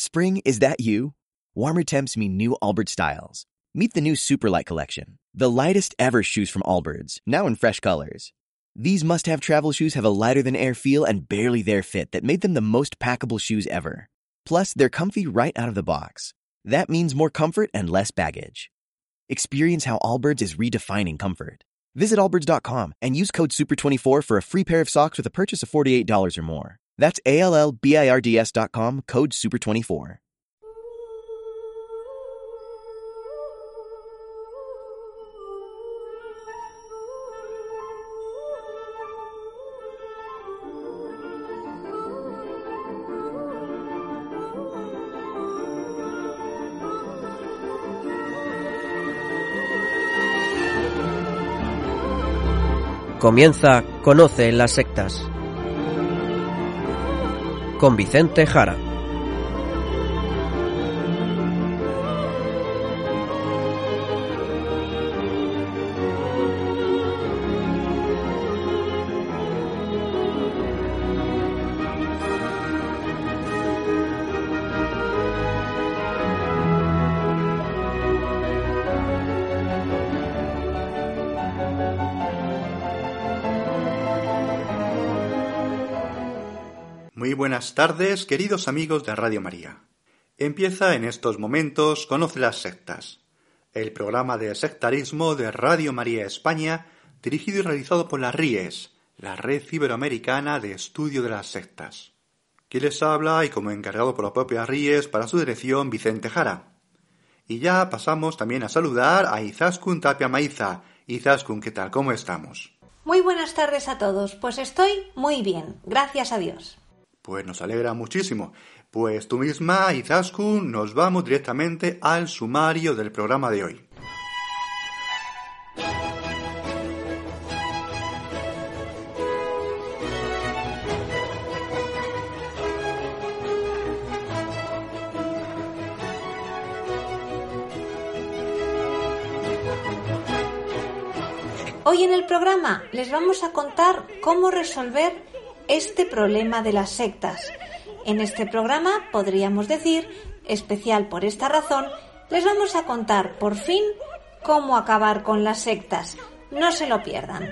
Spring, is that you? Warmer temps mean new Allbirds styles. Meet the new Superlight collection, the lightest ever shoes from Allbirds, now in fresh colors. These must-have travel shoes have a lighter-than-air feel and barely-there fit that made them the most packable shoes ever. Plus, they're comfy right out of the box. That means more comfort and less baggage. Experience how Allbirds is redefining comfort. Visit allbirds.com and use code SUPER24 for a free pair of socks with a purchase of $48 or more. That's ALLBIRDS.com, code SUPER24. Comienza Conoce las sectas con Vicente Jara. Muy buenas tardes, queridos amigos de Radio María. Empieza en estos momentos Conoce las sectas, el programa de sectarismo de Radio María España, dirigido y realizado por la RIES, la Red Iberoamericana de Estudio de las Sectas. Quien les habla y como encargado por la propia RIES para su dirección, Vicente Jara. Y ya pasamos también a saludar a Izaskun Tapia Maiza. Izaskun, ¿qué tal? ¿Cómo estamos? Muy buenas tardes a todos, pues estoy muy bien, gracias a Dios. Pues nos alegra muchísimo. Pues tú misma, Izaskun, nos vamos directamente al sumario del programa de hoy. Hoy en el programa les vamos a contar cómo resolver este problema de las sectas. En este programa, podríamos decir, especial por esta razón, les vamos a contar por fin cómo acabar con las sectas. No se lo pierdan.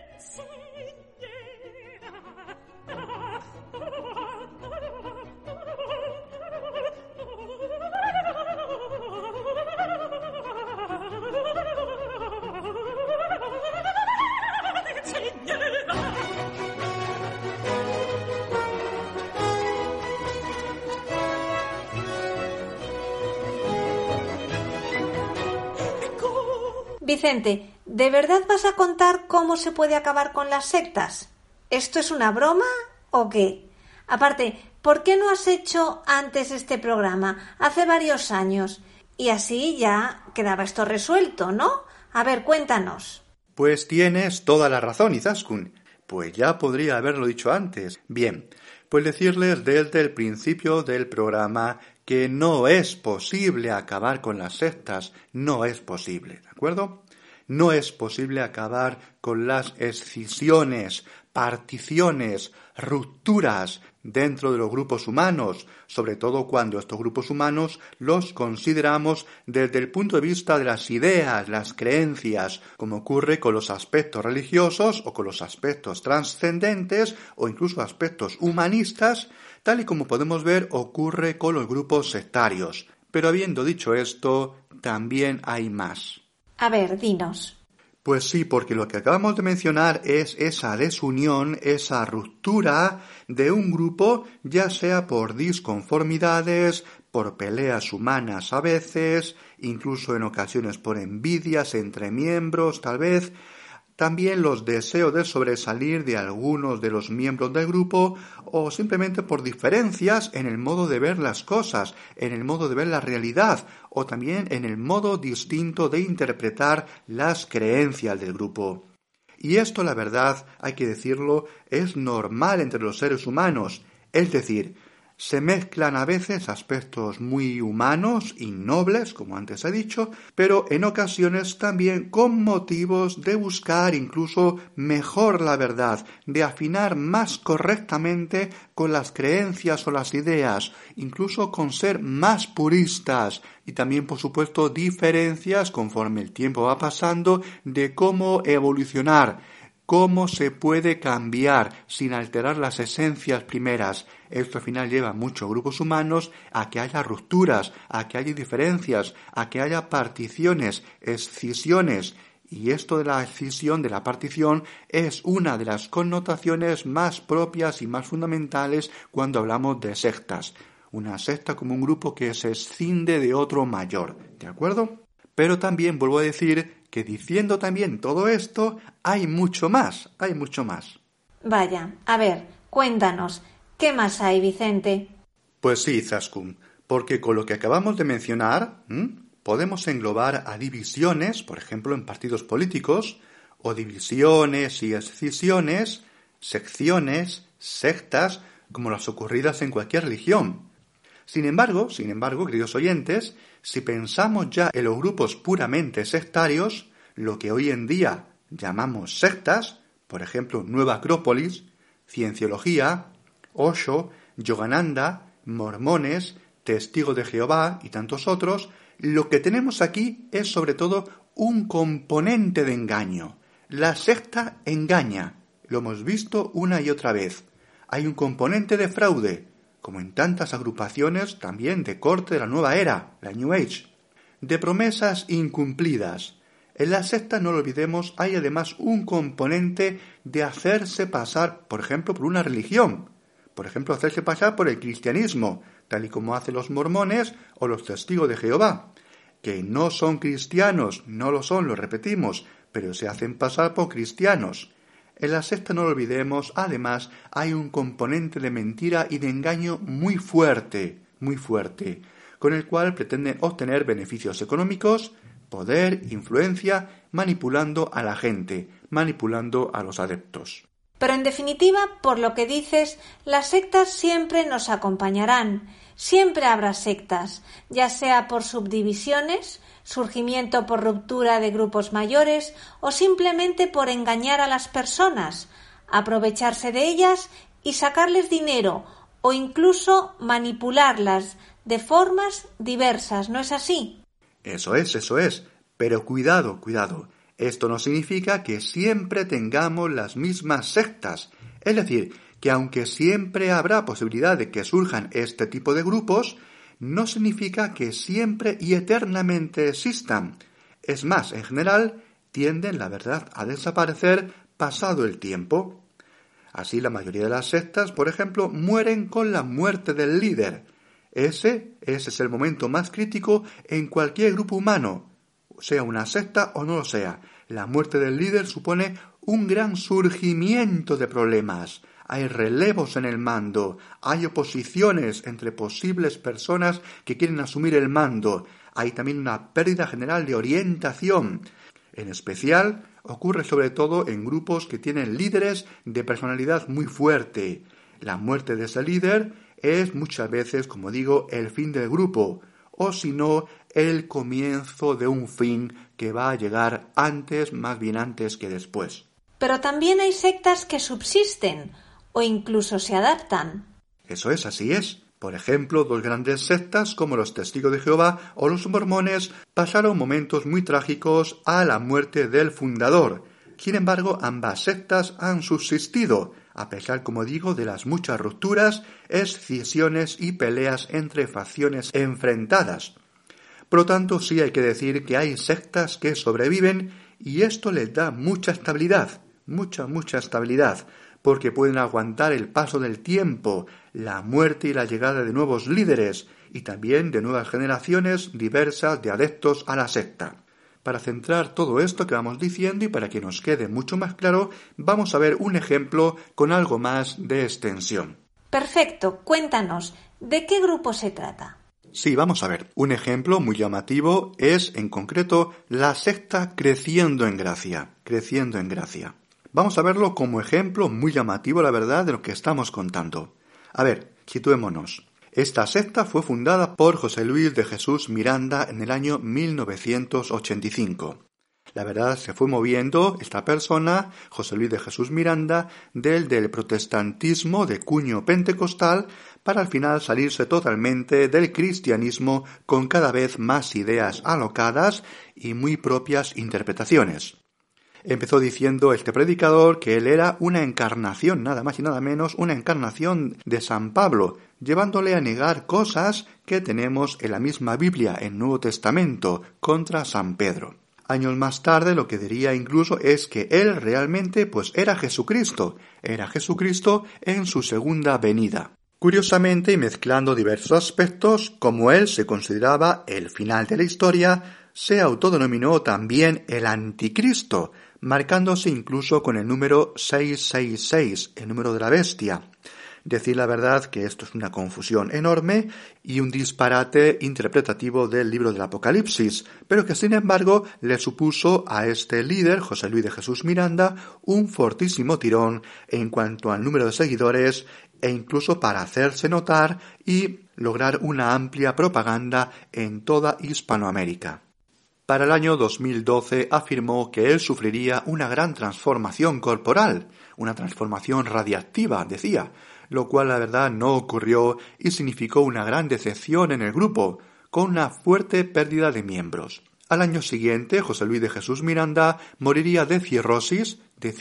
Vicente, ¿de verdad vas a contar cómo se puede acabar con las sectas? ¿Esto es una broma o qué? Aparte, ¿por qué no has hecho antes este programa, hace varios años? Y así ya quedaba esto resuelto, ¿no? A ver, cuéntanos. Pues tienes toda la razón, Izaskun. Pues ya podría haberlo dicho antes. Bien, pues decirles desde el principio del programa que no es posible acabar con las sectas, no es posible, ¿de acuerdo? No es posible acabar con las escisiones, particiones, rupturas dentro de los grupos humanos, sobre todo cuando estos grupos humanos los consideramos desde el punto de vista de las ideas, las creencias, como ocurre con los aspectos religiosos o con los aspectos trascendentes o incluso aspectos humanistas, tal y como podemos ver ocurre con los grupos sectarios. Pero habiendo dicho esto, también hay más. A ver, dinos. Pues sí, porque lo que acabamos de mencionar es esa desunión, esa ruptura de un grupo, ya sea por disconformidades, por peleas humanas a veces, incluso en ocasiones por envidias entre miembros, tal vez. También los deseos de sobresalir de algunos de los miembros del grupo o simplemente por diferencias en el modo de ver las cosas, en el modo de ver la realidad o también en el modo distinto de interpretar las creencias del grupo. Y esto, la verdad, hay que decirlo, es normal entre los seres humanos. Es decir, Se mezclan a veces aspectos muy humanos y nobles, como antes he dicho, pero en ocasiones también con motivos de buscar incluso mejor la verdad, de afinar más correctamente con las creencias o las ideas, incluso con ser más puristas, y también, por supuesto, diferencias conforme el tiempo va pasando de cómo evolucionar, cómo se puede cambiar sin alterar las esencias primeras. Esto al final lleva a muchos grupos humanos a que haya rupturas, a que haya diferencias, a que haya particiones, escisiones. Y esto de la escisión, de la partición, es una de las connotaciones más propias y más fundamentales cuando hablamos de sectas. Una secta como un grupo que se escinde de otro mayor, ¿de acuerdo? Pero también vuelvo a decir que diciendo también todo esto, hay mucho más. Vaya, a ver, cuéntanos, ¿qué más hay, Vicente? Pues sí, Izaskun, porque con lo que acabamos de mencionar, podemos englobar a divisiones, por ejemplo, en partidos políticos, o divisiones y escisiones, secciones, sectas, como las ocurridas en cualquier religión. Sin embargo, queridos oyentes, si pensamos ya en los grupos puramente sectarios, lo que hoy en día llamamos sectas, por ejemplo, Nueva Acrópolis, Cienciología, Osho, Yogananda, Mormones, Testigos de Jehová y tantos otros, lo que tenemos aquí es sobre todo un componente de engaño. La secta engaña, lo hemos visto una y otra vez. Hay un componente de fraude, como en tantas agrupaciones también de corte de la nueva era, la New Age, de promesas incumplidas. En la secta, no lo olvidemos, hay además un componente de hacerse pasar, por ejemplo, por una religión, por ejemplo, hacerse pasar por el cristianismo, tal y como hacen los mormones o los testigos de Jehová, que no son cristianos, no lo son, lo repetimos, pero se hacen pasar por cristianos. En la secta, no lo olvidemos, además, hay un componente de mentira y de engaño muy fuerte, con el cual pretenden obtener beneficios económicos, poder, influencia, manipulando a la gente, manipulando a los adeptos. Pero en definitiva, por lo que dices, las sectas siempre nos acompañarán. Siempre habrá sectas, ya sea por subdivisiones, surgimiento por ruptura de grupos mayores o simplemente por engañar a las personas, aprovecharse de ellas y sacarles dinero o incluso manipularlas de formas diversas, ¿no es así? Eso es. Pero cuidado. Esto no significa que siempre tengamos las mismas sectas. Es decir, que aunque siempre habrá posibilidad de que surjan este tipo de grupos, no significa que siempre y eternamente existan. Es más, en general, tienden, la verdad, a desaparecer pasado el tiempo. Así, la mayoría de las sectas, por ejemplo, mueren con la muerte del líder. Ese es el momento más crítico en cualquier grupo humano, sea una secta o no lo sea. La muerte del líder supone un gran surgimiento de problemas. Hay relevos en el mando, hay oposiciones entre posibles personas que quieren asumir el mando, hay también una pérdida general de orientación. En especial, ocurre sobre todo en grupos que tienen líderes de personalidad muy fuerte. La muerte de ese líder es muchas veces, como digo, el fin del grupo, o si no, el comienzo de un fin que va a llegar más bien antes que después. Pero también hay sectas que subsisten o incluso se adaptan. Eso es, así es. Por ejemplo, dos grandes sectas como los Testigos de Jehová o los Mormones pasaron momentos muy trágicos a la muerte del fundador. Sin embargo, ambas sectas han subsistido, a pesar, como digo, de las muchas rupturas, escisiones y peleas entre facciones enfrentadas. Por lo tanto, sí hay que decir que hay sectas que sobreviven y esto les da mucha estabilidad, mucha estabilidad, porque pueden aguantar el paso del tiempo, la muerte y la llegada de nuevos líderes y también de nuevas generaciones diversas de adeptos a la secta. Para centrar todo esto que vamos diciendo y para que nos quede mucho más claro, vamos a ver un ejemplo con algo más de extensión. Perfecto, cuéntanos, ¿de qué grupo se trata? Sí, vamos a ver. Un ejemplo muy llamativo es, en concreto, la secta Creciendo en Gracia. Vamos a verlo como ejemplo muy llamativo, la verdad, de lo que estamos contando. A ver, situémonos. Esta secta fue fundada por José Luis de Jesús Miranda en el año 1985. La verdad, se fue moviendo esta persona, José Luis de Jesús Miranda, del protestantismo de cuño pentecostal, para al final salirse totalmente del cristianismo con cada vez más ideas alocadas y muy propias interpretaciones. Empezó diciendo este predicador que él era una encarnación, nada más y nada menos, una encarnación de San Pablo, llevándole a negar cosas que tenemos en la misma Biblia, en el Nuevo Testamento, contra San Pedro. Años más tarde lo que diría incluso es que él realmente era Jesucristo en su segunda venida. Curiosamente, y mezclando diversos aspectos, como él se consideraba el final de la historia, se autodenominó también el Anticristo, marcándose incluso con el número 666, el número de la bestia. Decir la verdad que esto es una confusión enorme y un disparate interpretativo del libro del Apocalipsis, pero que sin embargo le supuso a este líder, José Luis de Jesús Miranda, un fortísimo tirón en cuanto al número de seguidores e incluso para hacerse notar y lograr una amplia propaganda en toda Hispanoamérica. Para el año 2012 afirmó que él sufriría una gran transformación corporal, una transformación radiactiva, decía, lo cual la verdad no ocurrió y significó una gran decepción en el grupo, con una fuerte pérdida de miembros. Al año siguiente, José Luis de Jesús Miranda moriría de cirrosis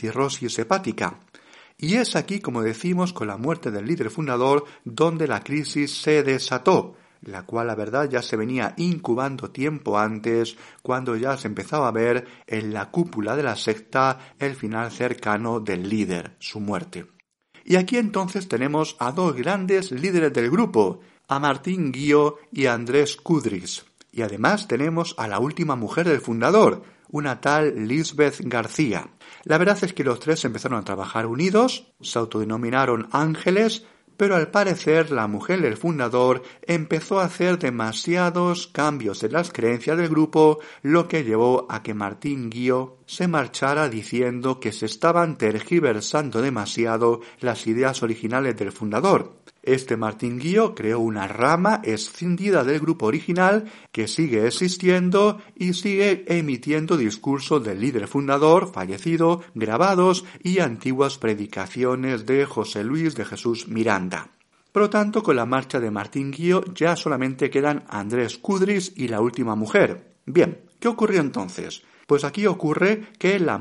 hepática. Y es aquí, como decimos, con la muerte del líder fundador, donde la crisis se desató, la cual la verdad ya se venía incubando tiempo antes, cuando ya se empezaba a ver en la cúpula de la secta el final cercano del líder, su muerte. Y aquí entonces tenemos a dos grandes líderes del grupo, a Martín Guío y a Andrés Cudris. Y además tenemos a la última mujer del fundador, una tal Lisbeth García. La verdad es que los tres empezaron a trabajar unidos, se autodenominaron ángeles, pero al parecer la mujer del fundador empezó a hacer demasiados cambios en las creencias del grupo, lo que llevó a que Martín Guío se marchara diciendo que se estaban tergiversando demasiado las ideas originales del fundador. Este Martín Guío creó una rama escindida del grupo original que sigue existiendo y sigue emitiendo discursos del líder fundador fallecido, grabados y antiguas predicaciones de José Luis de Jesús Miranda. Por lo tanto, con la marcha de Martín Guío ya solamente quedan Andrés Cudris y la última mujer. Bien, ¿qué ocurrió entonces? Pues aquí ocurre que la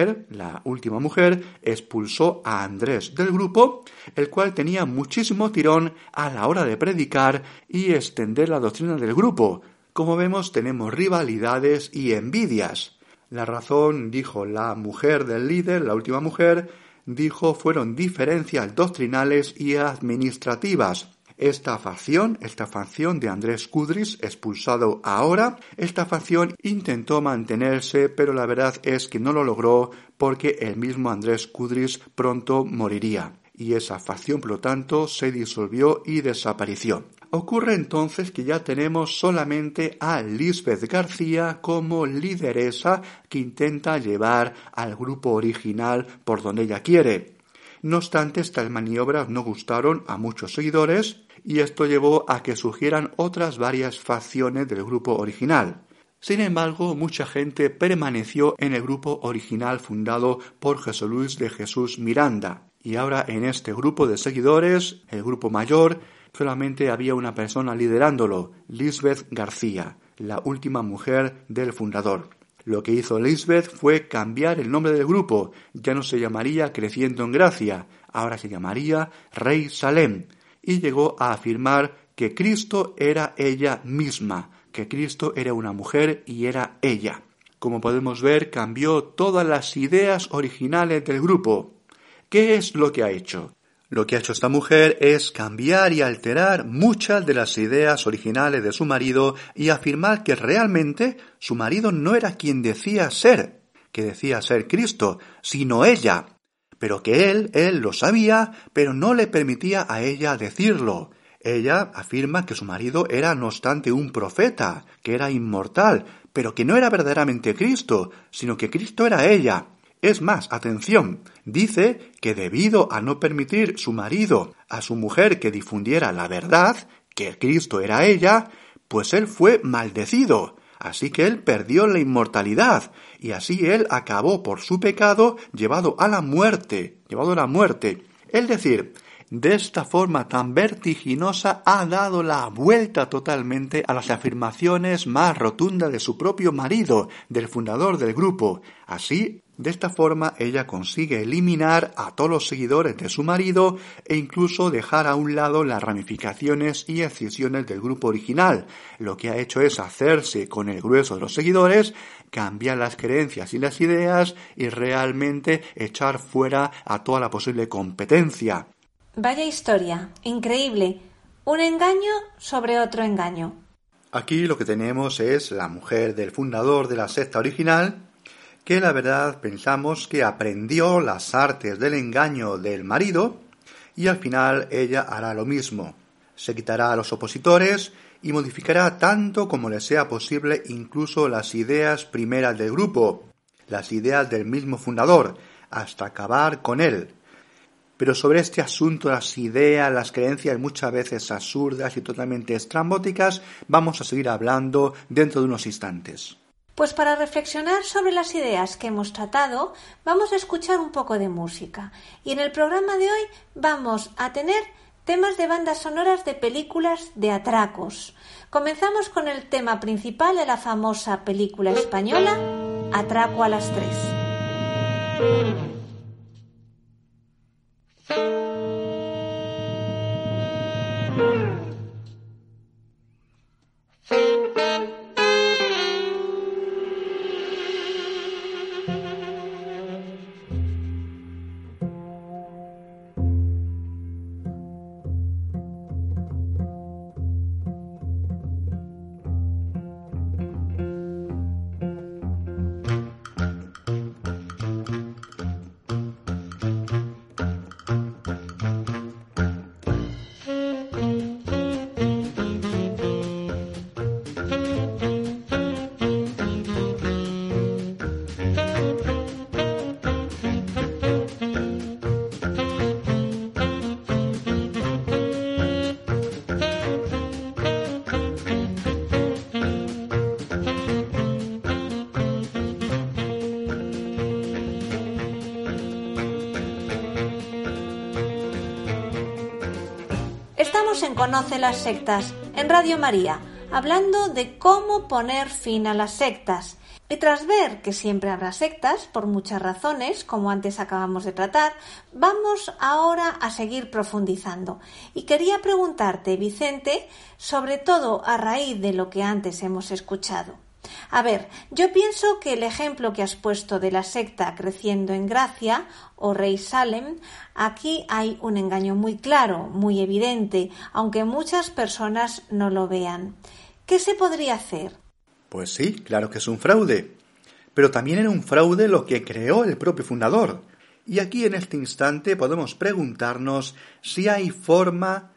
última mujer, expulsó a Andrés del grupo, el cual tenía muchísimo tirón a la hora de predicar y extender la doctrina del grupo. Como vemos, tenemos rivalidades y envidias. La razón, dijo la mujer del líder, la última mujer, fueron diferencias doctrinales y administrativas. Esta facción de Andrés Cudris, expulsado ahora, esta facción intentó mantenerse, pero la verdad es que no lo logró porque el mismo Andrés Cudris pronto moriría. Y esa facción, por lo tanto, se disolvió y desapareció. Ocurre entonces que ya tenemos solamente a Lisbeth García como lideresa que intenta llevar al grupo original por donde ella quiere. No obstante, estas maniobras no gustaron a muchos seguidores y esto llevó a que surgieran otras varias facciones del grupo original. Sin embargo, mucha gente permaneció en el grupo original fundado por José Luis de Jesús Miranda. Y ahora en este grupo de seguidores, el grupo mayor, solamente había una persona liderándolo, Lisbeth García, la última mujer del fundador. Lo que hizo Lisbeth fue cambiar el nombre del grupo. Ya no se llamaría Creciendo en Gracia, ahora se llamaría Rey Salem. Y llegó a afirmar que Cristo era ella misma, que Cristo era una mujer y era ella. Como podemos ver, cambió todas las ideas originales del grupo. ¿Qué es lo que ha hecho? Lo que ha hecho esta mujer es cambiar y alterar muchas de las ideas originales de su marido y afirmar que realmente su marido no era quien decía ser, que decía ser Cristo, sino ella. Pero que él lo sabía, pero no le permitía a ella decirlo. Ella afirma que su marido era no obstante un profeta, que era inmortal, pero que no era verdaderamente Cristo, sino que Cristo era ella. Es más, atención, dice que debido a no permitir su marido a su mujer que difundiera la verdad, que Cristo era ella, pues él fue maldecido. Así que él perdió la inmortalidad, y así él acabó por su pecado llevado a la muerte. Es decir, de esta forma tan vertiginosa ha dado la vuelta totalmente a las afirmaciones más rotundas de su propio marido, del fundador del grupo. Así, de esta forma, ella consigue eliminar a todos los seguidores de su marido e incluso dejar a un lado las ramificaciones y escisiones del grupo original. Lo que ha hecho es hacerse con el grueso de los seguidores, cambiar las creencias y las ideas y realmente echar fuera a toda la posible competencia. Vaya historia, increíble. Un engaño sobre otro engaño. Aquí lo que tenemos es la mujer del fundador de la secta original, que la verdad pensamos que aprendió las artes del engaño del marido y al final ella hará lo mismo. Se quitará a los opositores y modificará tanto como le sea posible incluso las ideas primeras del grupo, las ideas del mismo fundador, hasta acabar con él. Pero sobre este asunto, las ideas, las creencias muchas veces absurdas y totalmente estrambóticas, vamos a seguir hablando dentro de unos instantes. Pues para reflexionar sobre las ideas que hemos tratado, vamos a escuchar un poco de música. Y en el programa de hoy vamos a tener temas de bandas sonoras de películas de atracos. Comenzamos con el tema principal de la famosa película española Atraco a las 3. Estamos en Conoce las sectas, en Radio María, hablando de cómo poner fin a las sectas. Y tras ver que siempre habrá sectas, por muchas razones, como antes acabamos de tratar, vamos ahora a seguir profundizando. Y quería preguntarte, Vicente, sobre todo a raíz de lo que antes hemos escuchado. A ver, yo pienso que el ejemplo que has puesto de la secta Creciendo en Gracia o Rey Salem, aquí hay un engaño muy claro, muy evidente, aunque muchas personas no lo vean. ¿Qué se podría hacer? Pues sí, claro que es un fraude. Pero también era un fraude lo que creó el propio fundador. Y aquí en este instante podemos preguntarnos si hay forma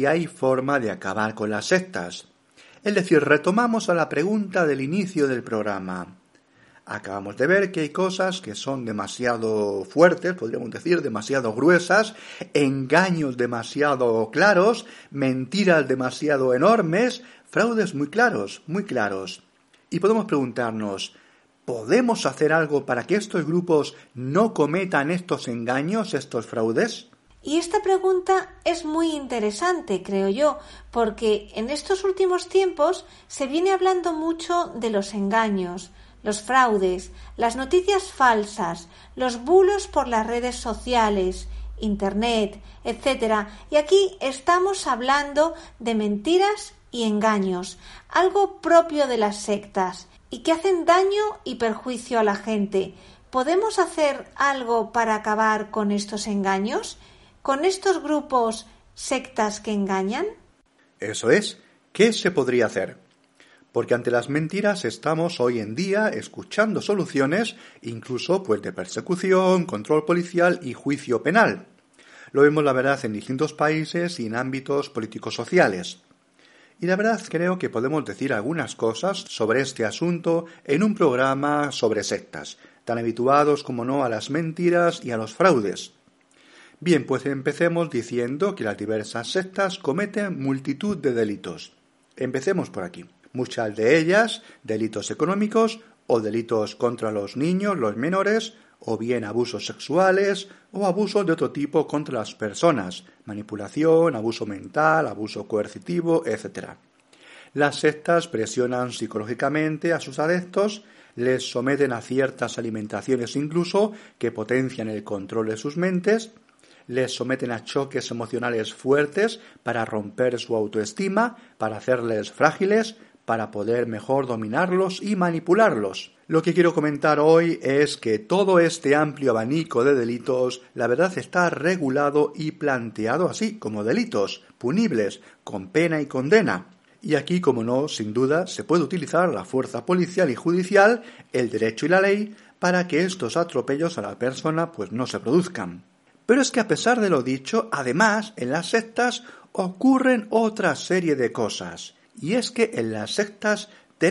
de acabar con las sectas. Es decir, retomamos a la pregunta del inicio del programa. Acabamos de ver que hay cosas que son demasiado fuertes, podríamos decir, demasiado gruesas, engaños demasiado claros, mentiras demasiado enormes, fraudes muy claros, muy claros. Y podemos preguntarnos, ¿podemos hacer algo para que estos grupos no cometan estos engaños, estos fraudes? Y esta pregunta es muy interesante, creo yo, porque en estos últimos tiempos se viene hablando mucho de los engaños, los fraudes, las noticias falsas, los bulos por las redes sociales, Internet, etc. Y aquí estamos hablando de mentiras y engaños, algo propio de las sectas y que hacen daño y perjuicio a la gente. ¿Podemos hacer algo para acabar con estos engaños? ¿Con estos grupos sectas que engañan? Eso es. ¿Qué se podría hacer? Porque ante las mentiras estamos hoy en día escuchando soluciones, incluso pues de persecución, control policial y juicio penal. Lo vemos la verdad en distintos países y en ámbitos políticos sociales. Y la verdad creo que podemos decir algunas cosas sobre este asunto en un programa sobre sectas, tan habituados como no a las mentiras y a los fraudes. Bien, pues empecemos diciendo que las diversas sectas cometen multitud de delitos. Empecemos por aquí. Muchas de ellas, delitos económicos o delitos contra los niños, los menores, o bien abusos sexuales o abusos de otro tipo contra las personas, manipulación, abuso mental, abuso coercitivo, etc. Las sectas presionan psicológicamente a sus adeptos, les someten a ciertas alimentaciones incluso que potencian el control de sus mentes, les someten a choques emocionales fuertes para romper su autoestima, para hacerles frágiles, para poder mejor dominarlos y manipularlos. Lo que quiero comentar hoy es que todo este amplio abanico de delitos, la verdad, está regulado y planteado así, como delitos, punibles, con pena y condena. Y aquí, como no, sin duda, se puede utilizar la fuerza policial y judicial, el derecho y la ley, para que estos atropellos a la persona pues no se produzcan. Pero es que a pesar de lo dicho, además, en las sectas ocurren otra serie de cosas. Y es que en las sectas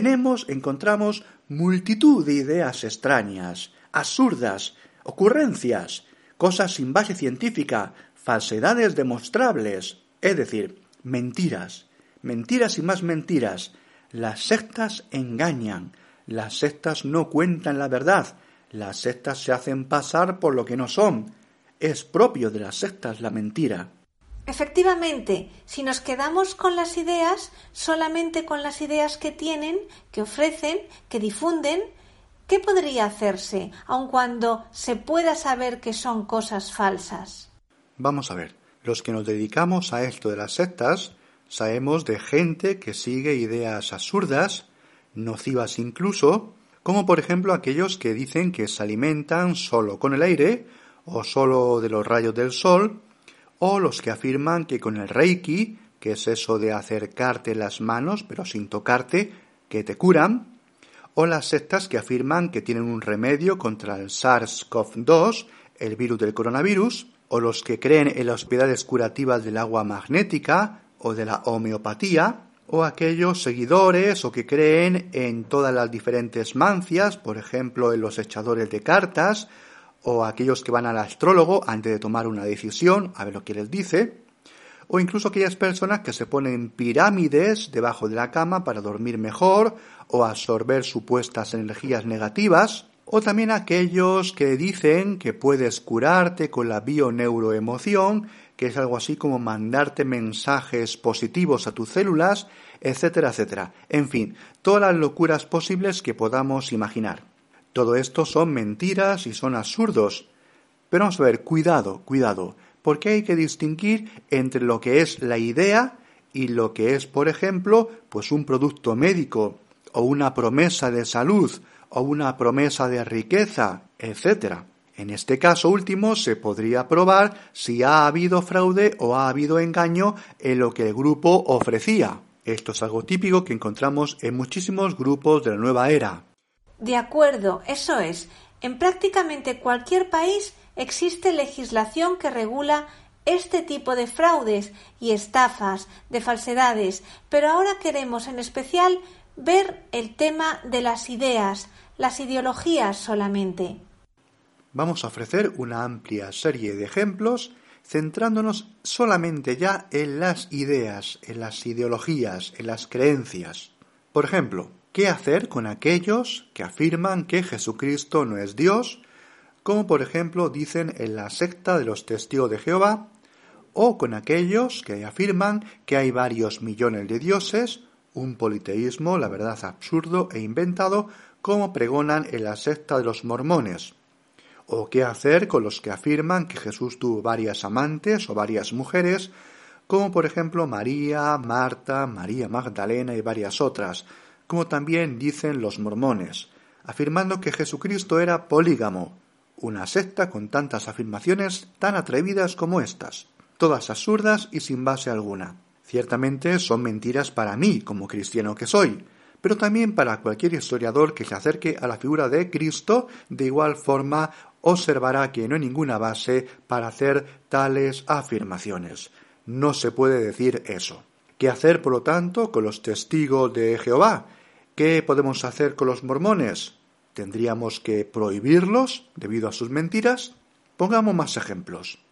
encontramos multitud de ideas extrañas, absurdas, ocurrencias, cosas sin base científica, falsedades demostrables, es decir, mentiras, mentiras y más mentiras. Las sectas engañan, las sectas no cuentan la verdad, las sectas se hacen pasar por lo que no son. Es propio de las sectas la mentira. Efectivamente, si nos quedamos con las ideas, solamente con las ideas que tienen, que ofrecen, que difunden, ¿qué podría hacerse, aun cuando se pueda saber que son cosas falsas? Vamos a ver, los que nos dedicamos a esto de las sectas, sabemos de gente que sigue ideas absurdas, nocivas incluso, como por ejemplo aquellos que dicen que se alimentan solo con el aire o solo de los rayos del sol, o los que afirman que con el Reiki, que es eso de acercarte las manos pero sin tocarte, que te curan, o las sectas que afirman que tienen un remedio contra el SARS-CoV-2, el virus del coronavirus, o los que creen en las propiedades curativas del agua magnética o de la homeopatía, o aquellos seguidores o que creen en todas las diferentes mancias, por ejemplo en los echadores de cartas, o aquellos que van al astrólogo antes de tomar una decisión, a ver lo que les dice, o incluso aquellas personas que se ponen pirámides debajo de la cama para dormir mejor o absorber supuestas energías negativas, o también aquellos que dicen que puedes curarte con la bioneuroemoción, que es algo así como mandarte mensajes positivos a tus células, etcétera, etcétera. En fin, todas las locuras posibles que podamos imaginar. Todo esto son mentiras y son absurdos. Pero vamos a ver, cuidado, porque hay que distinguir entre lo que es la idea y lo que es, por ejemplo, pues un producto médico, o una promesa de salud, o una promesa de riqueza, etc. En este caso último se podría probar si ha habido fraude o ha habido engaño en lo que el grupo ofrecía. Esto es algo típico que encontramos en muchísimos grupos de la nueva era. De acuerdo, eso es. En prácticamente cualquier país existe legislación que regula este tipo de fraudes y estafas, de falsedades, pero ahora queremos en especial ver el tema de las ideas, las ideologías solamente. Vamos a ofrecer una amplia serie de ejemplos centrándonos solamente ya en las ideas, en las ideologías, en las creencias. Por ejemplo, ¿qué hacer con aquellos que afirman que Jesucristo no es Dios, como por ejemplo dicen en la secta de los Testigos de Jehová, o con aquellos que afirman que hay varios millones de dioses, un politeísmo, la verdad, absurdo e inventado, como pregonan en la secta de los mormones? ¿O qué hacer con los que afirman que Jesús tuvo varias amantes o varias mujeres, como por ejemplo María, Marta, María Magdalena y varias otras, como también dicen los mormones, afirmando que Jesucristo era polígamo, una secta con tantas afirmaciones tan atrevidas como estas, todas absurdas y sin base alguna? Ciertamente son mentiras para mí, como cristiano que soy, pero también para cualquier historiador que se acerque a la figura de Cristo, de igual forma observará que no hay ninguna base para hacer tales afirmaciones. No se puede decir eso. ¿Qué hacer, por lo tanto, con los testigos de Jehová? ¿Qué podemos hacer con los mormones? ¿Tendríamos que prohibirlos debido a sus mentiras? Pongamos más ejemplos.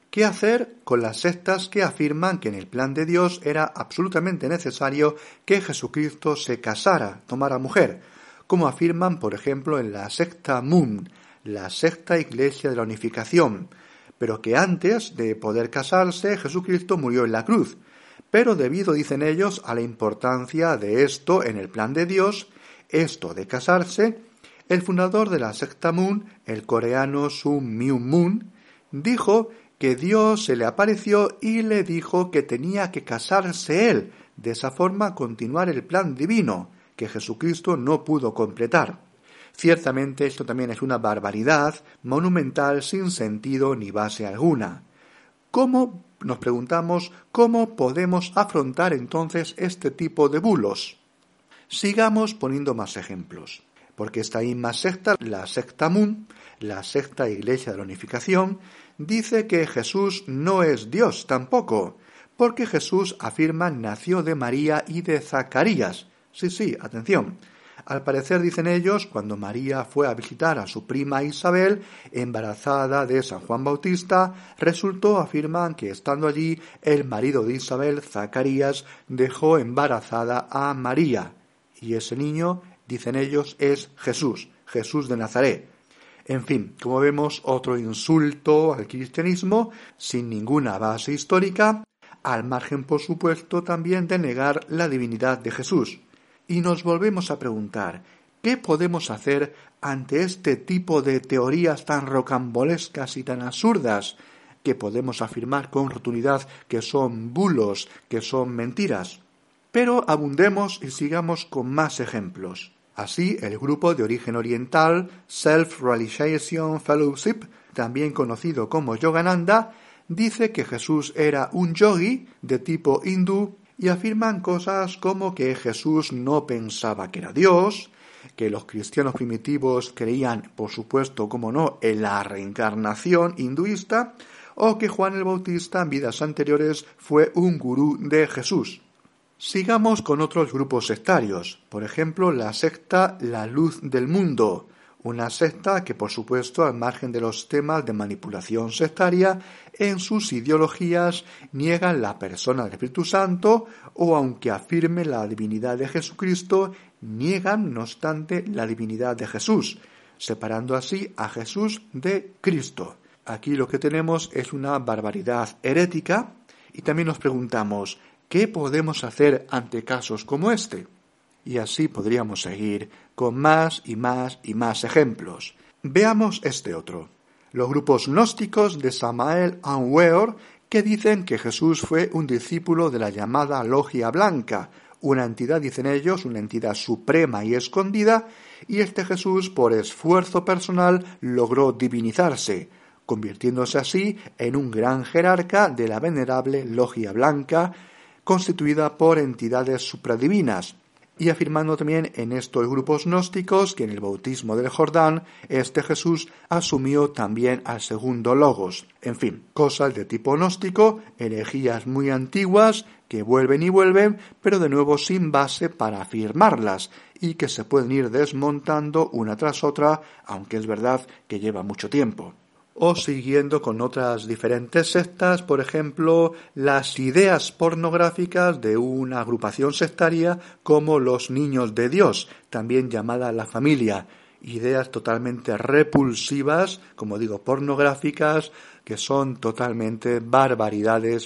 ¿Qué hacer con las sectas que afirman que en el plan de Dios era absolutamente necesario que Jesucristo se casara, tomara mujer? Como afirman, por ejemplo, en la secta Moon, la secta Iglesia de la Unificación, pero que antes de poder casarse Jesucristo murió en la cruz. Pero debido, dicen ellos, a la importancia de esto en el plan de Dios, esto de casarse, el fundador de la secta Moon, el coreano Sun Myung Moon, dijo que Dios se le apareció y le dijo que tenía que casarse él, de esa forma continuar el plan divino, que Jesucristo no pudo completar. Ciertamente esto también es una barbaridad monumental sin sentido ni base alguna. ¿Cómo, nos preguntamos, cómo podemos afrontar entonces este tipo de bulos? Sigamos poniendo más ejemplos, porque esta misma secta, la secta Moon, la secta Iglesia de la Unificación, dice que Jesús no es Dios tampoco, porque Jesús, afirman, nació de María y de Zacarías. Sí, atención. Al parecer, dicen ellos, cuando María fue a visitar a su prima Isabel, embarazada de San Juan Bautista, resultó, afirman, que estando allí, el marido de Isabel, Zacarías, dejó embarazada a María. Y ese niño, dicen ellos, es Jesús, Jesús de Nazaret. En fin, como vemos, otro insulto al cristianismo, sin ninguna base histórica, al margen, por supuesto, también de negar la divinidad de Jesús. Y nos volvemos a preguntar, ¿qué podemos hacer ante este tipo de teorías tan rocambolescas y tan absurdas que podemos afirmar con rotundidad que son bulos, que son mentiras? Pero abundemos y sigamos con más ejemplos. Así, el grupo de origen oriental Self-Realization Fellowship, también conocido como Yogananda, dice que Jesús era un yogi de tipo hindú y afirman cosas como que Jesús no pensaba que era Dios, que los cristianos primitivos creían, por supuesto, como no, en la reencarnación hinduista, o que Juan el Bautista en vidas anteriores fue un gurú de Jesús. Sigamos con otros grupos sectarios, por ejemplo la secta La Luz del Mundo, una secta que por supuesto al margen de los temas de manipulación sectaria, en sus ideologías niegan la persona del Espíritu Santo o aunque afirme la divinidad de Jesucristo, niegan no obstante la divinidad de Jesús, separando así a Jesús de Cristo. Aquí lo que tenemos es una barbaridad herética y también nos preguntamos, ¿qué podemos hacer ante casos como este? Y así podríamos seguir con más y más y más ejemplos. Veamos este otro. Los grupos gnósticos de Samael Aun Weor, que dicen que Jesús fue un discípulo de la llamada Logia Blanca, una entidad, dicen ellos, una entidad suprema y escondida, y este Jesús, por esfuerzo personal, logró divinizarse, convirtiéndose así en un gran jerarca de la venerable Logia Blanca, constituida por entidades supradivinas, y afirmando también en estos grupos gnósticos que en el bautismo del Jordán este Jesús asumió también al segundo Logos. En fin, cosas de tipo gnóstico, herejías muy antiguas que vuelven y vuelven, pero de nuevo sin base para afirmarlas y que se pueden ir desmontando una tras otra, aunque es verdad que lleva mucho tiempo. O siguiendo con otras diferentes sectas, por ejemplo, las ideas pornográficas de una agrupación sectaria como los Niños de Dios, también llamada la familia, ideas totalmente repulsivas, como digo, pornográficas, que son totalmente barbaridades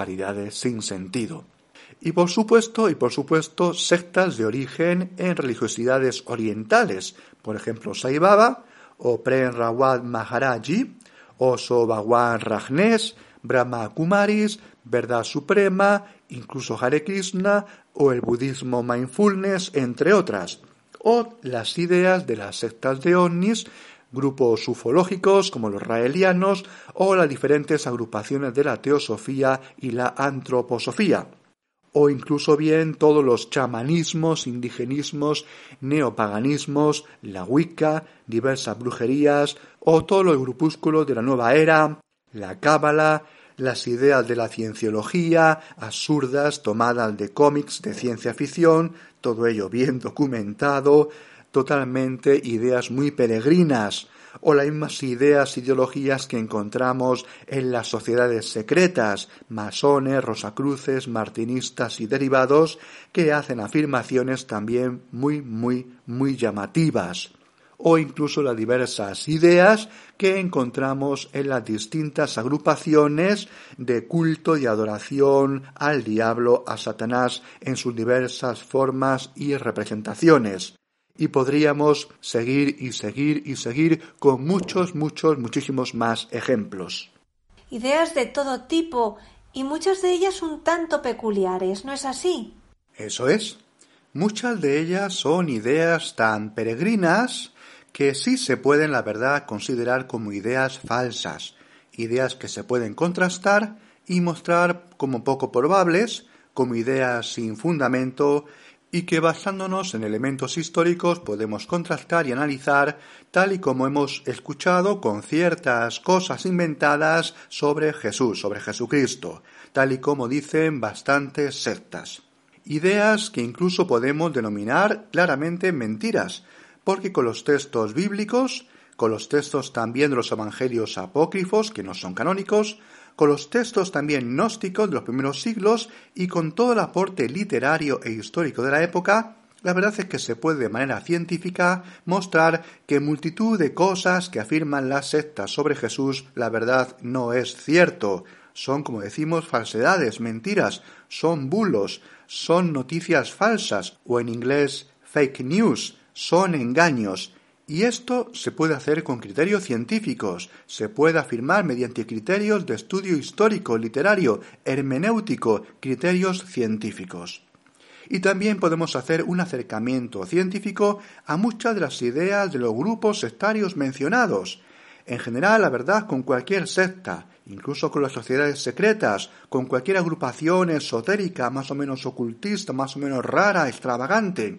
sin sentido. Y por supuesto, sectas de origen en religiosidades orientales, por ejemplo, Sai Baba o Prem Rawat Maharaji, Osho Bhagwan Rajneesh, Brahma Kumaris, Verdad Suprema, incluso Hare Krishna o el budismo Mindfulness, entre otras, o las ideas de las sectas de ovnis, grupos ufológicos como los raelianos o las diferentes agrupaciones de la teosofía y la antroposofía, o incluso bien todos los chamanismos, indigenismos, neopaganismos, la Wicca, diversas brujerías, o todos los grupúsculos de la nueva era, la cábala, las ideas de la cienciología, absurdas, tomadas de cómics de ciencia ficción, todo ello bien documentado, totalmente ideas muy peregrinas, o las mismas ideologías que encontramos en las sociedades secretas, masones, rosacruces, martinistas y derivados, que hacen afirmaciones también muy llamativas, o incluso las diversas ideas que encontramos en las distintas agrupaciones de culto y adoración al diablo, a Satanás, en sus diversas formas y representaciones. Y podríamos seguir con muchísimos más ejemplos. Ideas de todo tipo y muchas de ellas un tanto peculiares, ¿no es así? Eso es. Muchas de ellas son ideas tan peregrinas que sí se pueden, la verdad, considerar como ideas falsas, ideas que se pueden contrastar y mostrar como poco probables, como ideas sin fundamento y que basándonos en elementos históricos podemos contrastar y analizar, tal y como hemos escuchado con ciertas cosas inventadas sobre Jesús, sobre Jesucristo, tal y como dicen bastantes sectas. Ideas que incluso podemos denominar claramente mentiras, porque con los textos bíblicos, con los textos también de los evangelios apócrifos, que no son canónicos, con los textos también gnósticos de los primeros siglos y con todo el aporte literario e histórico de la época, la verdad es que se puede de manera científica mostrar que multitud de cosas que afirman las sectas sobre Jesús, la verdad no es cierto. Son, como decimos, falsedades, mentiras, son bulos, son noticias falsas o en inglés fake news, son engaños. Y esto se puede hacer con criterios científicos, se puede afirmar mediante criterios de estudio histórico, literario, hermenéutico, criterios científicos. Y también podemos hacer un acercamiento científico a muchas de las ideas de los grupos sectarios mencionados. En general, la verdad, con cualquier secta, incluso con las sociedades secretas, con cualquier agrupación esotérica, más o menos ocultista, más o menos rara, extravagante,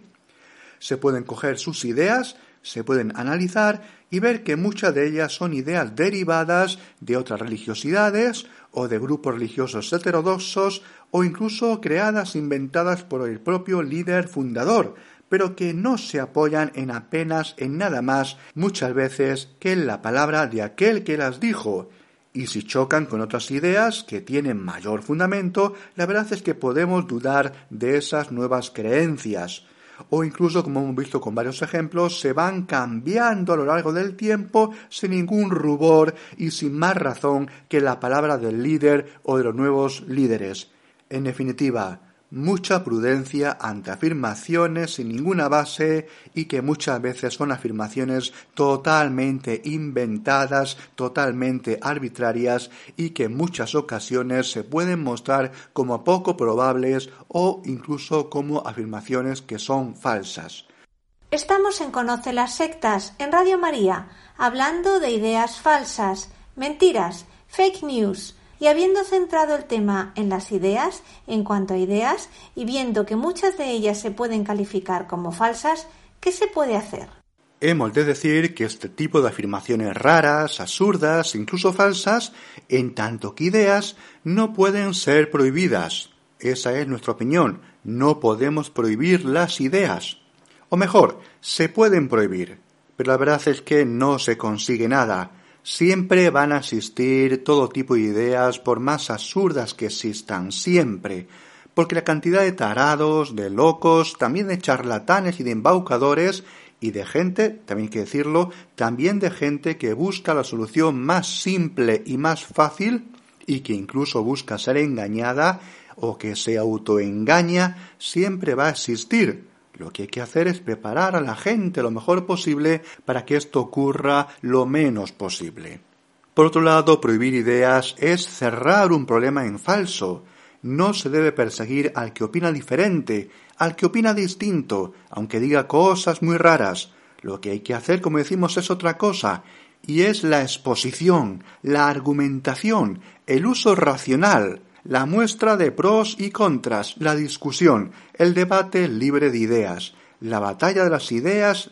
se pueden coger sus ideas, se pueden analizar y ver que muchas de ellas son ideas derivadas de otras religiosidades o de grupos religiosos heterodoxos o incluso creadas, inventadas por el propio líder fundador, pero que no se apoyan en nada más, muchas veces, que en la palabra de aquel que las dijo. Y si chocan con otras ideas que tienen mayor fundamento, la verdad es que podemos dudar de esas nuevas creencias. O incluso, como hemos visto con varios ejemplos, se van cambiando a lo largo del tiempo sin ningún rubor y sin más razón que la palabra del líder o de los nuevos líderes. En definitiva, mucha prudencia ante afirmaciones sin ninguna base y que muchas veces son afirmaciones totalmente inventadas, totalmente arbitrarias y que en muchas ocasiones se pueden mostrar como poco probables o incluso como afirmaciones que son falsas. Estamos en Conoce las sectas, en Radio María, hablando de ideas falsas, mentiras, fake news. Y habiendo centrado el tema en las ideas, en cuanto a ideas, y viendo que muchas de ellas se pueden calificar como falsas, ¿qué se puede hacer? Hemos de decir que este tipo de afirmaciones raras, absurdas, incluso falsas, en tanto que ideas, no pueden ser prohibidas. Esa es nuestra opinión. No podemos prohibir las ideas. O mejor, se pueden prohibir, pero la verdad es que no se consigue nada. Siempre van a existir todo tipo de ideas, por más absurdas que existan, siempre. Porque la cantidad de tarados, de locos, también de charlatanes y de embaucadores, y de gente, también hay que decirlo, también de gente que busca la solución más simple y más fácil, y que incluso busca ser engañada, o que se autoengaña, siempre va a existir. Lo que hay que hacer es preparar a la gente lo mejor posible para que esto ocurra lo menos posible. Por otro lado, prohibir ideas es cerrar un problema en falso. No se debe perseguir al que opina diferente, al que opina distinto, aunque diga cosas muy raras. Lo que hay que hacer, como decimos, es otra cosa, y es la exposición, la argumentación, el uso racional, la muestra de pros y contras, la discusión, el debate libre de ideas, la batalla de las ideas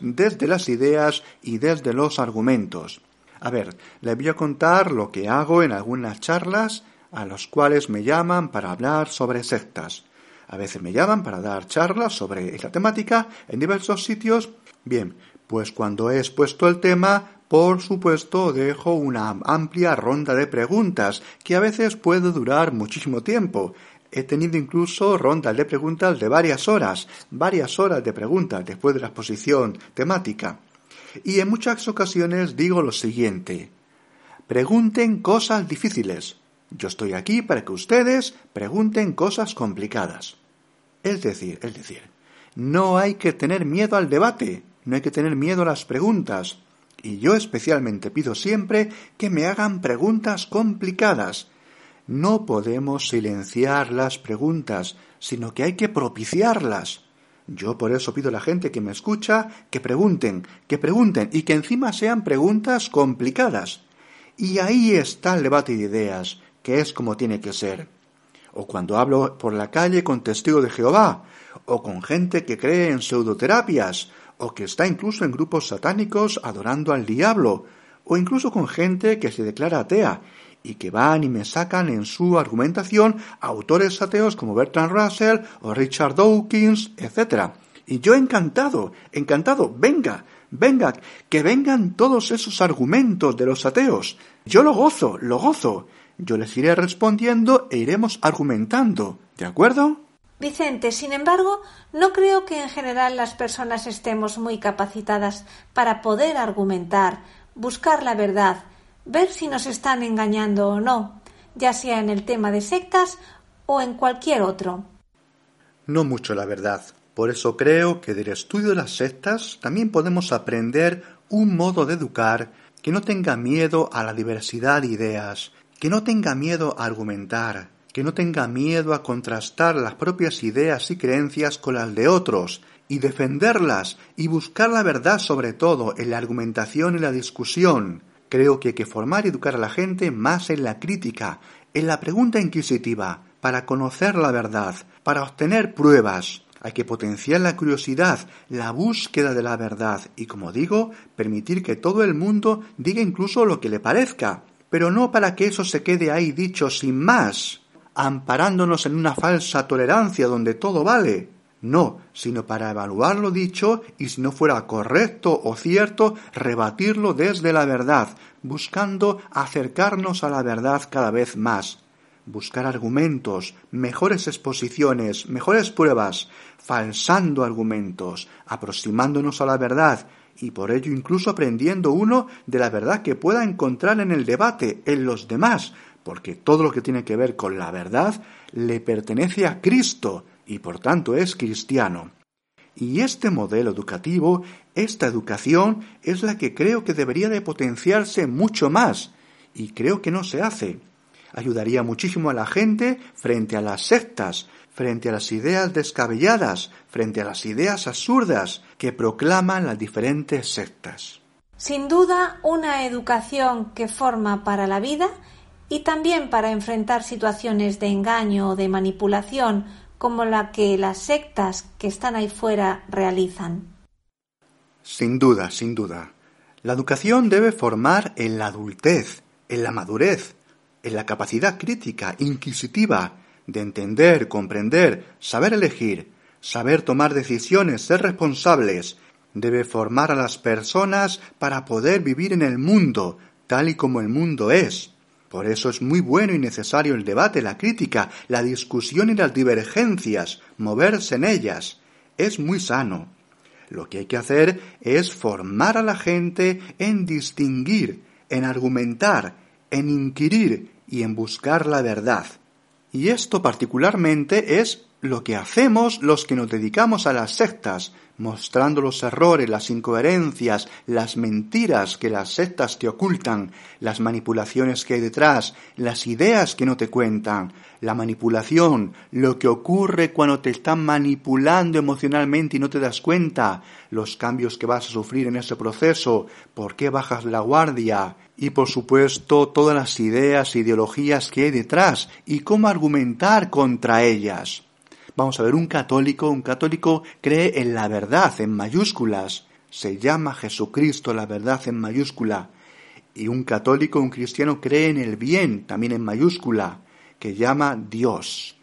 y desde los argumentos. A ver, les voy a contar lo que hago en algunas charlas a los cuales me llaman para hablar sobre sectas. A veces me llaman para dar charlas sobre esta temática en diversos sitios. Bien, pues cuando he expuesto el tema, Por supuesto, dejo una amplia ronda de preguntas que a veces puede durar muchísimo tiempo. He tenido incluso rondas de preguntas de varias horas de preguntas después de la exposición temática. Y en muchas ocasiones digo lo siguiente: pregunten cosas difíciles. Yo estoy aquí para que ustedes pregunten cosas complicadas. Es decir, no hay que tener miedo al debate, no hay que tener miedo a las preguntas. Y yo especialmente pido siempre que me hagan preguntas complicadas. No podemos silenciar las preguntas, sino que hay que propiciarlas. Yo por eso pido a la gente que me escucha que pregunten y que encima sean preguntas complicadas. Y ahí está el debate de ideas, que es como tiene que ser. O cuando hablo por la calle con testigos de Jehová, o con gente que cree en pseudoterapias, o que está incluso en grupos satánicos adorando al diablo, o incluso con gente que se declara atea, y que van y me sacan en su argumentación autores ateos como Bertrand Russell o Richard Dawkins, etc. Y yo encantado, venga, que vengan todos esos argumentos de los ateos. Yo lo gozo. Yo les iré respondiendo e iremos argumentando, ¿de acuerdo? Vicente, sin embargo, no creo que en general las personas estemos muy capacitadas para poder argumentar, buscar la verdad, ver si nos están engañando o no, ya sea en el tema de sectas o en cualquier otro. No mucho, la verdad. Por eso creo que del estudio de las sectas también podemos aprender un modo de educar que no tenga miedo a la diversidad de ideas, que no tenga miedo a argumentar, que no tenga miedo a contrastar las propias ideas y creencias con las de otros, y defenderlas, y buscar la verdad sobre todo en la argumentación y la discusión. Creo que hay que formar y educar a la gente más en la crítica, en la pregunta inquisitiva, para conocer la verdad, para obtener pruebas. Hay que potenciar la curiosidad, la búsqueda de la verdad y, como digo, permitir que todo el mundo diga incluso lo que le parezca, pero no para que eso se quede ahí dicho sin más, amparándonos en una falsa tolerancia donde todo vale. No, sino para evaluar lo dicho y, si no fuera correcto o cierto, rebatirlo desde la verdad, buscando acercarnos a la verdad cada vez más. Buscar argumentos, mejores exposiciones, mejores pruebas, falsando argumentos, aproximándonos a la verdad y por ello incluso aprendiendo uno de la verdad que pueda encontrar en el debate, en los demás, porque todo lo que tiene que ver con la verdad le pertenece a Cristo y por tanto es cristiano. Y este modelo educativo, esta educación, es la que creo que debería de potenciarse mucho más, y creo que no se hace. Ayudaría muchísimo a la gente frente a las sectas, frente a las ideas descabelladas, frente a las ideas absurdas que proclaman las diferentes sectas. Sin duda, una educación que forma para la vida y también para enfrentar situaciones de engaño o de manipulación como la que las sectas que están ahí fuera realizan. Sin duda. La educación debe formar en la adultez, en la madurez, en la capacidad crítica, inquisitiva, de entender, comprender, saber elegir, saber tomar decisiones, ser responsables. Debe formar a las personas para poder vivir en el mundo, tal y como el mundo es. Por eso es muy bueno y necesario el debate, la crítica, la discusión y las divergencias, moverse en ellas. Es muy sano. Lo que hay que hacer es formar a la gente en distinguir, en argumentar, en inquirir y en buscar la verdad. Y esto particularmente es lo que hacemos los que nos dedicamos a las sectas, mostrando los errores, las incoherencias, las mentiras que las sectas te ocultan, las manipulaciones que hay detrás, las ideas que no te cuentan, la manipulación, lo que ocurre cuando te están manipulando emocionalmente y no te das cuenta, los cambios que vas a sufrir en ese proceso, por qué bajas la guardia y, por supuesto, todas las ideas e ideologías que hay detrás y cómo argumentar contra ellas. Vamos a ver, un católico cree en la verdad en mayúsculas, se llama Jesucristo la verdad en mayúscula, y un católico, un cristiano cree en el bien también en mayúscula, que llama Dios.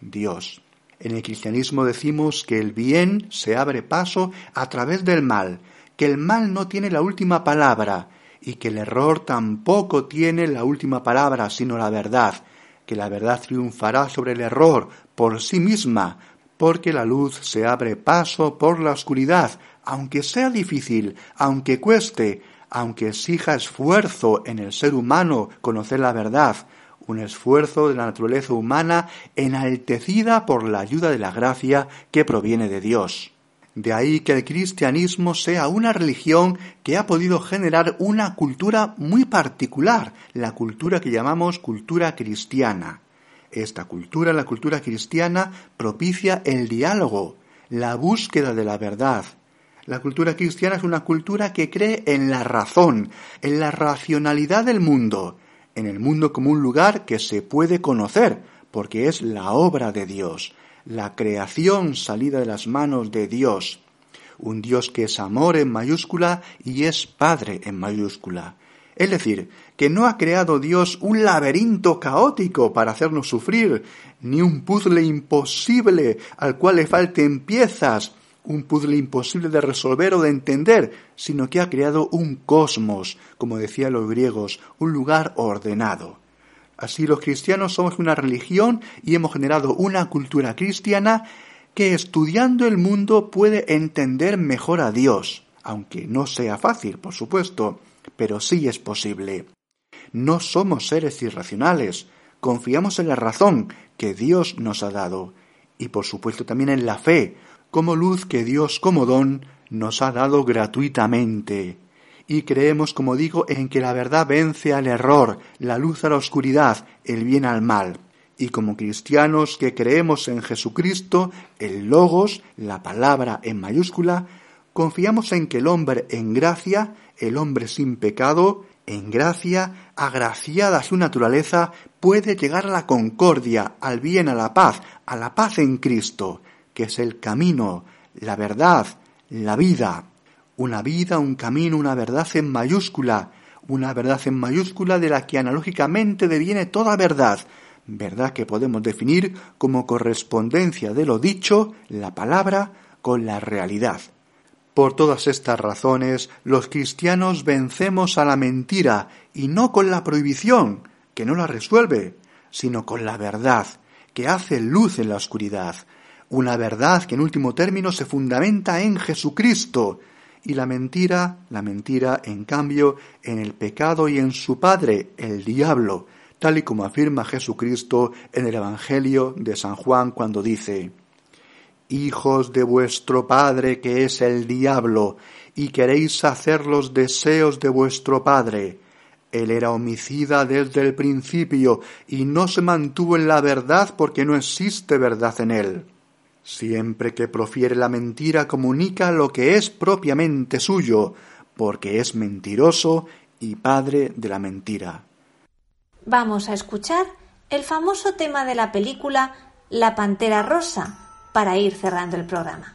En el cristianismo decimos que el bien se abre paso a través del mal, que el mal no tiene la última palabra, y que el error tampoco tiene la última palabra, sino la verdad, que la verdad triunfará sobre el error por sí misma, porque la luz se abre paso por la oscuridad, aunque sea difícil, aunque cueste, aunque exija esfuerzo en el ser humano conocer la verdad, un esfuerzo de la naturaleza humana enaltecida por la ayuda de la gracia que proviene de Dios. De ahí que el cristianismo sea una religión que ha podido generar una cultura muy particular, la cultura que llamamos cultura cristiana. Esta cultura, la cultura cristiana, propicia el diálogo, la búsqueda de la verdad. La cultura cristiana es una cultura que cree en la razón, en la racionalidad del mundo, en el mundo como un lugar que se puede conocer, porque es la obra de Dios, la creación salida de las manos de Dios. Un Dios que es amor en mayúscula y es Padre en mayúscula. Es decir, que no ha creado Dios un laberinto caótico para hacernos sufrir, ni un puzzle imposible al cual le falten piezas, un puzzle imposible de resolver o de entender, sino que ha creado un cosmos, como decían los griegos, un lugar ordenado. Así los cristianos somos una religión y hemos generado una cultura cristiana que estudiando el mundo puede entender mejor a Dios, aunque no sea fácil, por supuesto, pero sí es posible. No somos seres irracionales, confiamos en la razón que Dios nos ha dado, y por supuesto también en la fe, como luz que Dios como don nos ha dado gratuitamente. Y creemos, como digo, en que la verdad vence al error, la luz a la oscuridad, el bien al mal. Y como cristianos que creemos en Jesucristo, el Logos, la palabra en mayúscula, confiamos en que el hombre en gracia, el hombre sin pecado, en gracia, agraciada a su naturaleza, puede llegar a la concordia, al bien, a la paz en Cristo, que es el camino, la verdad, la vida. Una vida, un camino, una verdad en mayúscula de la que analógicamente deviene toda verdad, verdad que podemos definir como correspondencia de lo dicho, la palabra, con la realidad. Por todas estas razones, los cristianos vencemos a la mentira, y no con la prohibición, que no la resuelve, sino con la verdad, que hace luz en la oscuridad, una verdad que en último término se fundamenta en Jesucristo, y la mentira, en cambio, en el pecado y en su padre, el diablo, tal y como afirma Jesucristo en el Evangelio de San Juan cuando dice: «Hijos de vuestro padre que es el diablo, y queréis hacer los deseos de vuestro padre. Él era homicida desde el principio, y no se mantuvo en la verdad porque no existe verdad en él. Siempre que profiere la mentira comunica lo que es propiamente suyo, porque es mentiroso y padre de la mentira». Vamos a escuchar el famoso tema de la película La Pantera Rosa para ir cerrando el programa.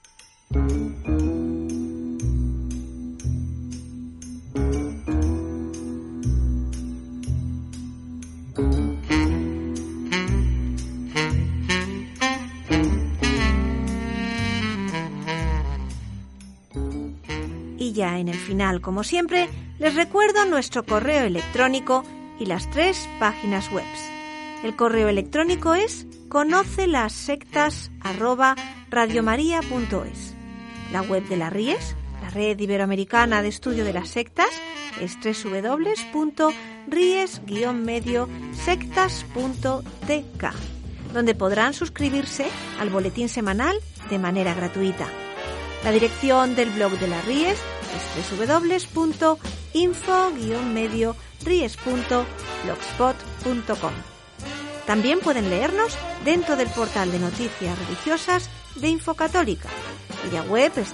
Y ya en el final, como siempre, les recuerdo nuestro correo electrónico y las 3 páginas web. El correo electrónico es conocelasectas@radiomaria.es. La web de la RIES, la Red Iberoamericana de Estudio de las Sectas, es www.ries-sectas.tk, donde podrán suscribirse al boletín semanal de manera gratuita. La dirección del blog de la RIES es www.info-ries.blogspot.com. También pueden leernos dentro del portal de noticias religiosas de Infocatólica, cuya web es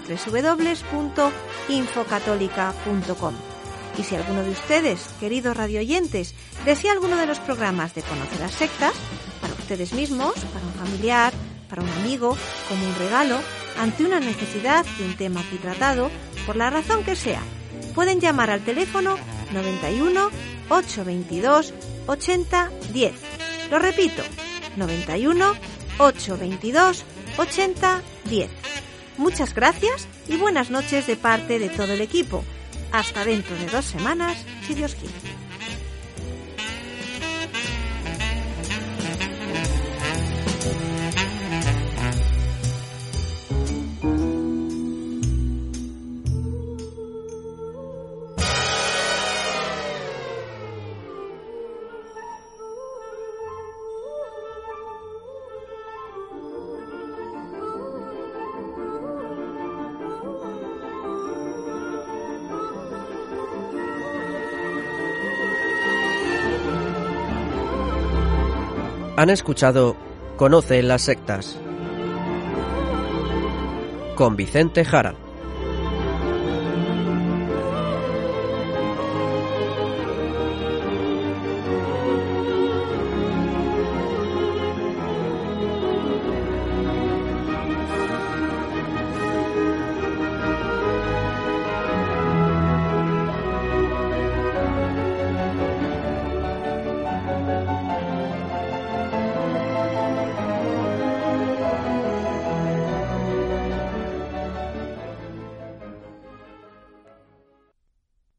www.infocatólica.com. Y si alguno de ustedes, queridos radioyentes, desea alguno de los programas de Conoce las Sectas, para ustedes mismos, para un familiar, para un amigo, como un regalo, ante una necesidad de un tema aquí tratado, por la razón que sea, pueden llamar al teléfono 91 822 80 10. Lo repito, 91 822 80 10. Muchas gracias y buenas noches de parte de todo el equipo. Hasta dentro de 2 semanas, si Dios quiere. Han escuchado Conoce las sectas con Vicente Jara.